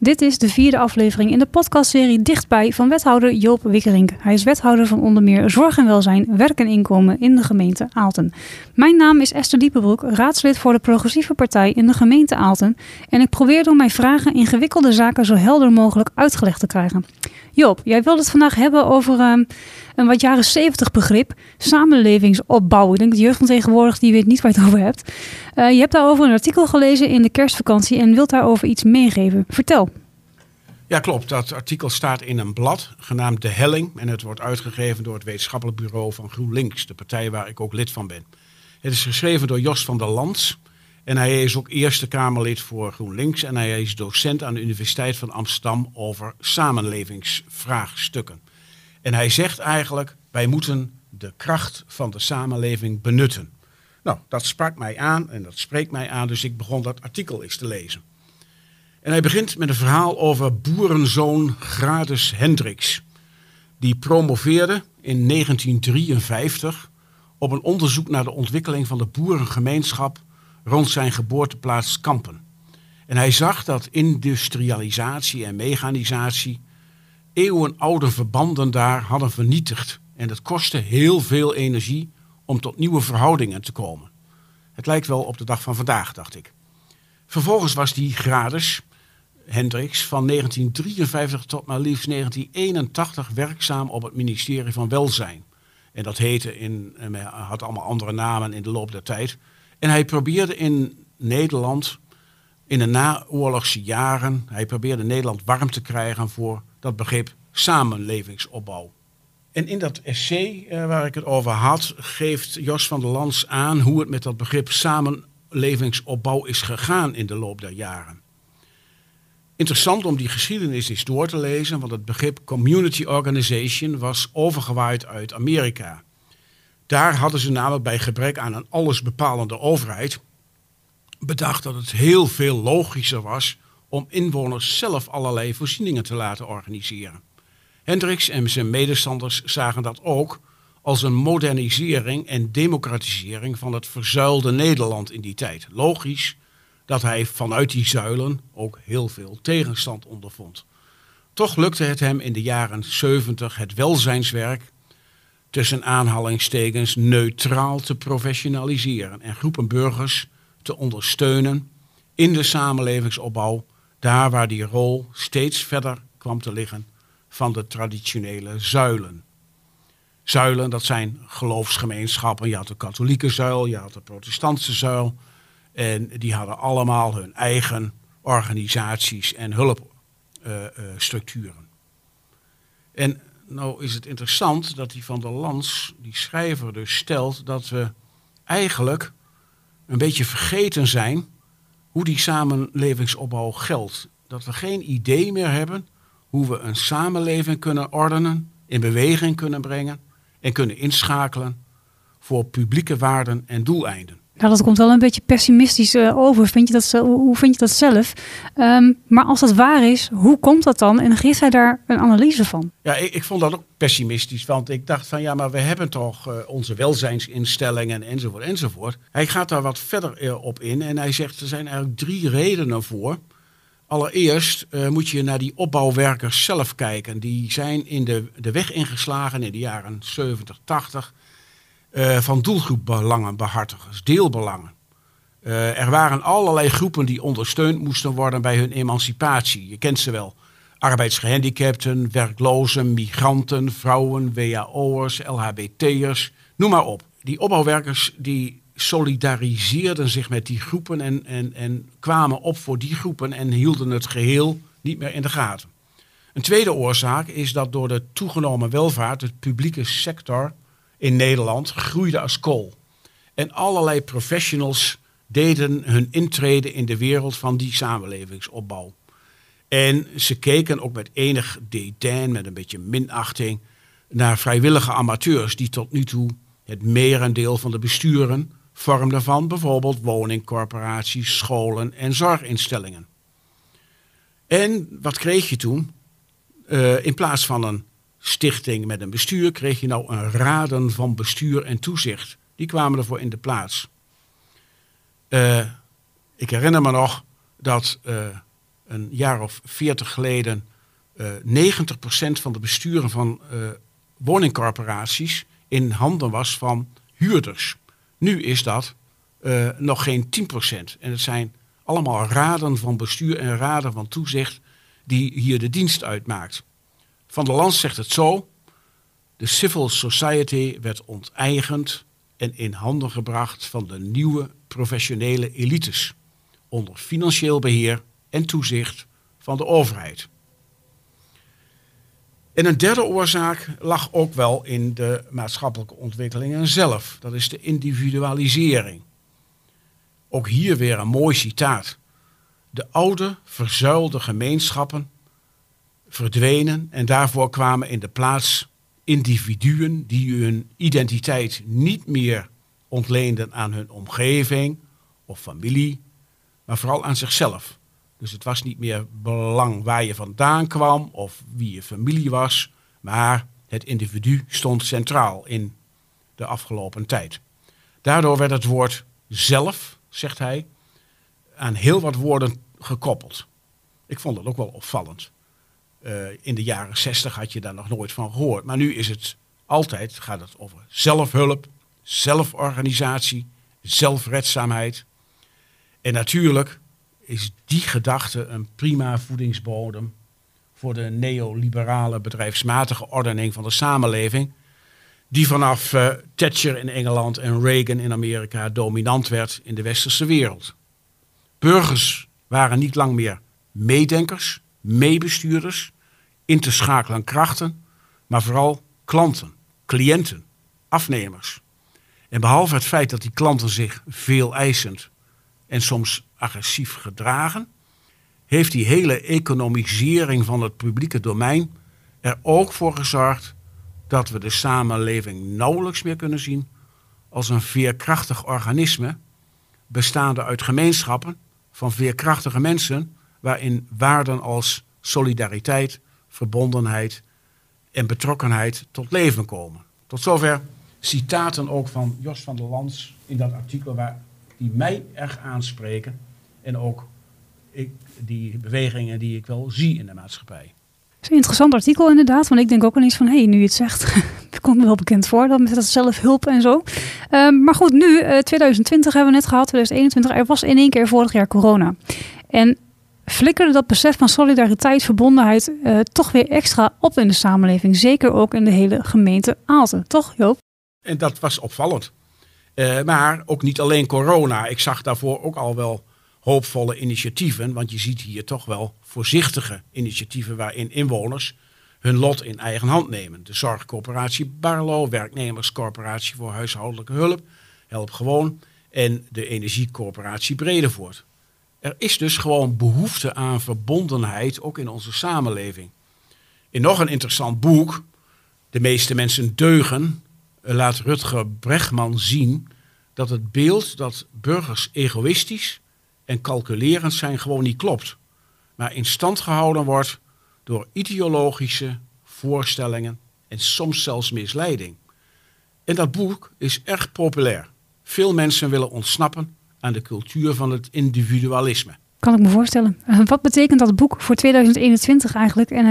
Dit is de 4e aflevering in de podcastserie Dichtbij van wethouder Joop Wikkerink. Hij is wethouder van onder meer Zorg en Welzijn, Werk en Inkomen in de gemeente Aalten. Mijn naam is Esther Diepenbroek, raadslid voor de Progressieve Partij in de gemeente Aalten. En ik probeer door mijn vragen ingewikkelde zaken zo helder mogelijk uitgelegd te krijgen. Joop, jij wilde het vandaag hebben over een wat jaren 70 begrip, samenlevingsopbouw. Ik denk dat de jeugd van tegenwoordig die weet niet waar je het over hebt. Je hebt daarover een artikel gelezen in de kerstvakantie en wilt daarover iets meegeven. Vertel. Ja, klopt. Dat artikel staat in een blad genaamd De Helling. En het wordt uitgegeven door het wetenschappelijk bureau van GroenLinks, de partij waar ik ook lid van ben. Het is geschreven door Jos van der Lans. En hij is ook Eerste Kamerlid voor GroenLinks. En hij is docent aan de Universiteit van Amsterdam over samenlevingsvraagstukken. En hij zegt eigenlijk, wij moeten de kracht van de samenleving benutten. Nou, dat sprak mij aan en dat spreekt mij aan, dus ik begon dat artikel eens te lezen. En hij begint met een verhaal over boerenzoon Gradus Hendricks. Die promoveerde in 1953 op een onderzoek naar de ontwikkeling van de boerengemeenschap rond zijn geboorteplaats Kampen. En hij zag dat industrialisatie en mechanisatie eeuwenoude verbanden daar hadden vernietigd. En het kostte heel veel energie om tot nieuwe verhoudingen te komen. Het lijkt wel op de dag van vandaag, dacht ik. Vervolgens was die Gradus Hendricks van 1953 tot maar liefst 1981 werkzaam op het ministerie van Welzijn. En dat had allemaal andere namen in de loop der tijd. En hij probeerde in Nederland, in de naoorlogse jaren, Nederland warm te krijgen voor dat begrip samenlevingsopbouw. En in dat essay waar ik het over had, geeft Jos van der Lans aan hoe het met dat begrip samenlevingsopbouw is gegaan in de loop der jaren. Interessant om die geschiedenis eens door te lezen, want het begrip community organization was overgewaaid uit Amerika. Daar hadden ze namelijk bij gebrek aan een allesbepalende overheid bedacht dat het heel veel logischer was om inwoners zelf allerlei voorzieningen te laten organiseren. Hendricks en zijn medestanders zagen dat ook als een modernisering en democratisering van het verzuilde Nederland in die tijd. Logisch dat hij vanuit die zuilen ook heel veel tegenstand ondervond. Toch lukte het hem in de jaren 70 het welzijnswerk tussen aanhalingstekens neutraal te professionaliseren en groepen burgers te ondersteunen in de samenlevingsopbouw, daar waar die rol steeds verder kwam te liggen van de traditionele zuilen. Zuilen, dat zijn geloofsgemeenschappen. Je had de katholieke zuil, je had de protestantse zuil. En die hadden allemaal hun eigen organisaties en hulpstructuren. En nou is het interessant dat die Van der Lans, die schrijver, dus stelt dat we eigenlijk een beetje vergeten zijn hoe die samenlevingsopbouw geldt. Dat we geen idee meer hebben hoe we een samenleving kunnen ordenen, in beweging kunnen brengen en kunnen inschakelen voor publieke waarden en doeleinden. Nou, dat komt wel een beetje pessimistisch over. Hoe vind je dat zelf? Maar als dat waar is, hoe komt dat dan? En geeft hij daar een analyse van? Ja, ik vond dat ook pessimistisch. Want ik dacht van maar we hebben toch onze welzijnsinstellingen enzovoort enzovoort. Hij gaat daar wat verder op in en hij zegt er zijn eigenlijk 3 redenen voor. Allereerst moet je naar die opbouwwerkers zelf kijken. Die zijn in de weg ingeslagen in de jaren 70, 80... van doelgroepbelangenbehartigers, deelbelangen. Er waren allerlei groepen die ondersteund moesten worden bij hun emancipatie. Je kent ze wel. Arbeidsgehandicapten, werklozen, migranten, vrouwen, WAO'ers, LHBT'ers, noem maar op. Die opbouwwerkers die solidariseerden zich met die groepen en kwamen op voor die groepen en hielden het geheel niet meer in de gaten. Een tweede oorzaak is dat door de toegenomen welvaart de publieke sector in Nederland groeide als kool. En allerlei professionals deden hun intrede in de wereld van die samenlevingsopbouw. En ze keken ook met enig dédain, met een beetje minachting, naar vrijwillige amateurs die tot nu toe het merendeel van de besturen vormden van bijvoorbeeld woningcorporaties, scholen en zorginstellingen. En wat kreeg je toen? In plaats van een stichting met een bestuur kreeg je nou een raden van bestuur en toezicht. Die kwamen ervoor in de plaats. Ik herinner me nog dat een jaar of 40 geleden 90% van de besturen van woningcorporaties in handen was van huurders. Nu is dat nog geen 10%. En het zijn allemaal raden van bestuur en raden van toezicht die hier de dienst uitmaakt. Van der Lans zegt het zo: de civil society werd onteigend en in handen gebracht van de nieuwe professionele elites, onder financieel beheer en toezicht van de overheid. En een derde oorzaak lag ook wel in de maatschappelijke ontwikkelingen zelf. Dat is de individualisering. Ook hier weer een mooi citaat. De oude, verzuilde gemeenschappen verdwenen en daarvoor kwamen in de plaats individuen die hun identiteit niet meer ontleenden aan hun omgeving of familie, maar vooral aan zichzelf. Dus het was niet meer belang waar je vandaan kwam of wie je familie was, maar het individu stond centraal in de afgelopen tijd. Daardoor werd het woord zelf, zegt hij, aan heel wat woorden gekoppeld. Ik vond dat ook wel opvallend. In de jaren 60 had je daar nog nooit van gehoord. Maar nu is het altijd, gaat het over zelfhulp, zelforganisatie, zelfredzaamheid. En natuurlijk is die gedachte een prima voedingsbodem voor de neoliberale bedrijfsmatige ordening van de samenleving, die vanaf Thatcher in Engeland en Reagan in Amerika dominant werd in de westerse wereld. Burgers waren niet lang meer meedenkers, meebestuurders, in te schakelen krachten, maar vooral klanten, cliënten, afnemers. En behalve het feit dat die klanten zich veel eisend en soms agressief gedragen, heeft die hele economisering van het publieke domein er ook voor gezorgd dat we de samenleving nauwelijks meer kunnen zien als een veerkrachtig organisme, bestaande uit gemeenschappen van veerkrachtige mensen, waarin waarden als solidariteit, verbondenheid en betrokkenheid tot leven komen. Tot zover citaten ook van Jos van der Lans in dat artikel die mij erg aanspreken en ook die bewegingen die ik wel zie in de maatschappij. Het is een interessant artikel inderdaad, want ik denk ook ineens van, nu je het zegt, het komt me wel bekend voor, dat met dat zelfhulp en zo. Maar goed, nu, 2020 hebben we net gehad, 2021, er was in één keer vorig jaar corona. En flikkerde dat besef van solidariteit, verbondenheid toch weer extra op in de samenleving. Zeker ook in de hele gemeente Aalten, toch Joop? En dat was opvallend. Maar ook niet alleen corona. Ik zag daarvoor ook al wel hoopvolle initiatieven. Want je ziet hier toch wel voorzichtige initiatieven waarin inwoners hun lot in eigen hand nemen. De zorgcoöperatie Barlo, werknemerscorporatie voor huishoudelijke hulp, Help Gewoon en de energiecoöperatie Bredevoort. Er is dus gewoon behoefte aan verbondenheid, ook in onze samenleving. In nog een interessant boek, De meeste mensen deugen, laat Rutger Bregman zien dat het beeld dat burgers egoïstisch en calculerend zijn gewoon niet klopt, maar in stand gehouden wordt door ideologische voorstellingen en soms zelfs misleiding. En dat boek is erg populair. Veel mensen willen ontsnappen aan de cultuur van het individualisme. Kan ik me voorstellen. Wat betekent dat boek voor 2021 eigenlijk? En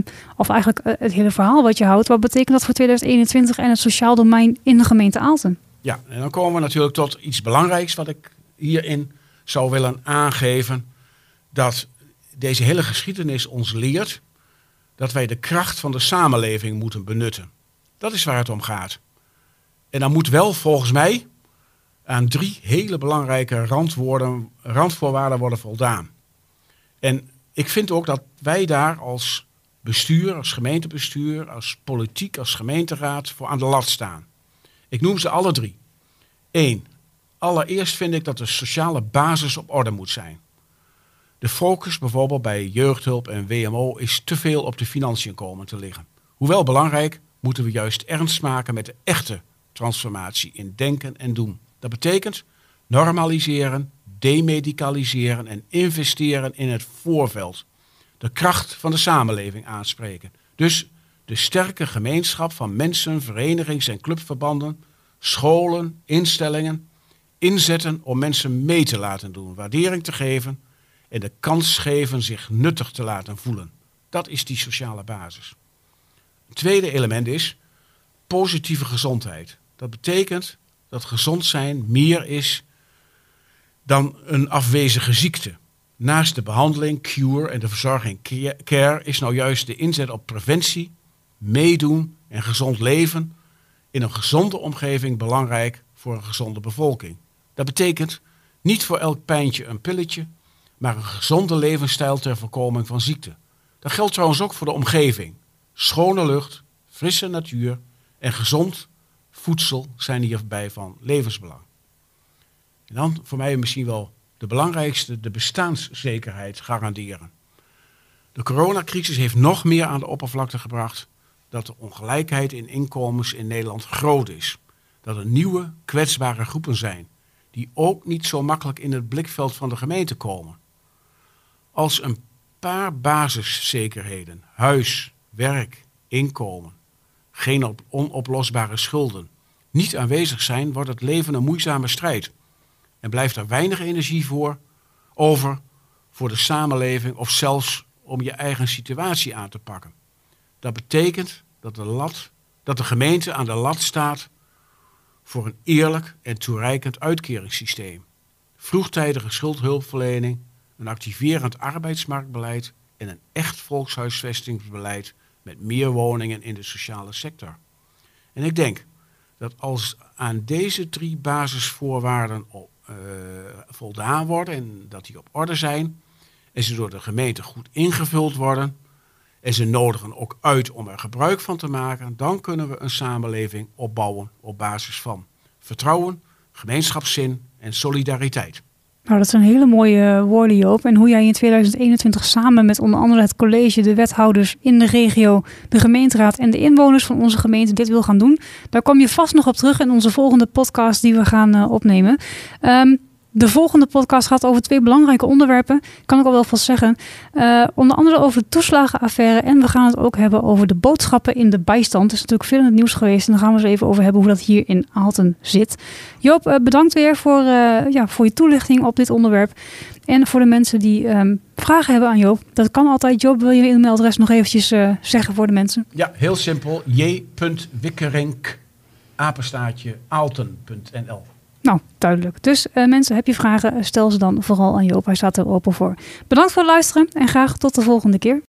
het hele verhaal wat je houdt. Wat betekent dat voor 2021 en het sociaal domein in de gemeente Aalten? Ja, en dan komen we natuurlijk tot iets belangrijks wat ik hierin zou willen aangeven. Dat deze hele geschiedenis ons leert dat wij de kracht van de samenleving moeten benutten. Dat is waar het om gaat. En dan moet wel volgens mij aan 3 hele belangrijke randvoorwaarden worden voldaan. En ik vind ook dat wij daar als bestuur, als gemeentebestuur, als politiek, als gemeenteraad voor aan de lat staan. Ik noem ze alle 3. 1. Allereerst vind ik dat de sociale basis op orde moet zijn. De focus bijvoorbeeld bij jeugdhulp en WMO is te veel op de financiën komen te liggen. Hoewel belangrijk, moeten we juist ernst maken met de echte transformatie in denken en doen. Dat betekent normaliseren, demedicaliseren en investeren in het voorveld. De kracht van de samenleving aanspreken. Dus de sterke gemeenschap van mensen, verenigings- en clubverbanden, scholen, instellingen inzetten om mensen mee te laten doen, waardering te geven en de kans geven zich nuttig te laten voelen. Dat is die sociale basis. Het tweede element is positieve gezondheid. Dat betekent dat gezond zijn meer is dan een afwezige ziekte. Naast de behandeling, cure en de verzorging care is nou juist de inzet op preventie, meedoen en gezond leven in een gezonde omgeving belangrijk voor een gezonde bevolking. Dat betekent niet voor elk pijntje een pilletje, maar een gezonde levensstijl ter voorkoming van ziekte. Dat geldt trouwens ook voor de omgeving. Schone lucht, frisse natuur en gezond voedsel zijn hierbij van levensbelang. En dan voor mij misschien wel de belangrijkste, de bestaanszekerheid garanderen. De coronacrisis heeft nog meer aan de oppervlakte gebracht dat de ongelijkheid in inkomens in Nederland groot is. Dat er nieuwe, kwetsbare groepen zijn die ook niet zo makkelijk in het blikveld van de gemeente komen. Als een paar basiszekerheden, huis, werk, inkomen, geen onoplosbare schulden, niet aanwezig zijn, wordt het leven een moeizame strijd. En blijft er weinig energie over voor de samenleving of zelfs om je eigen situatie aan te pakken. Dat betekent dat de gemeente aan de lat staat voor een eerlijk en toereikend uitkeringssysteem. Vroegtijdige schuldhulpverlening, een activerend arbeidsmarktbeleid en een echt volkshuisvestingsbeleid met meer woningen in de sociale sector. En ik denk dat als aan deze 3 basisvoorwaarden voldaan worden en dat die op orde zijn en ze door de gemeente goed ingevuld worden en ze nodigen ook uit om er gebruik van te maken, dan kunnen we een samenleving opbouwen op basis van vertrouwen, gemeenschapszin en solidariteit. Nou, dat zijn hele mooie woorden, Joop. En hoe jij in 2021 samen met onder andere het college, de wethouders in de regio, de gemeenteraad en de inwoners van onze gemeente dit wil gaan doen, daar kom je vast nog op terug in onze volgende podcast die we gaan opnemen. De volgende podcast gaat over 2 belangrijke onderwerpen. Kan ik al wel vast zeggen. Onder andere over de toeslagenaffaire. En we gaan het ook hebben over de boodschappen in de bijstand. Het is natuurlijk veel in het nieuws geweest. En daar gaan we eens even over hebben hoe dat hier in Aalten zit. Joop, bedankt weer voor je toelichting op dit onderwerp. En voor de mensen die vragen hebben aan Joop. Dat kan altijd. Joop, wil je e-mailadres nog eventjes zeggen voor de mensen? Ja, heel simpel. j.wikkerink@aalten.nl. Nou, duidelijk. Dus mensen, heb je vragen, stel ze dan vooral aan Joop. Hij staat er open voor. Bedankt voor het luisteren en graag tot de volgende keer.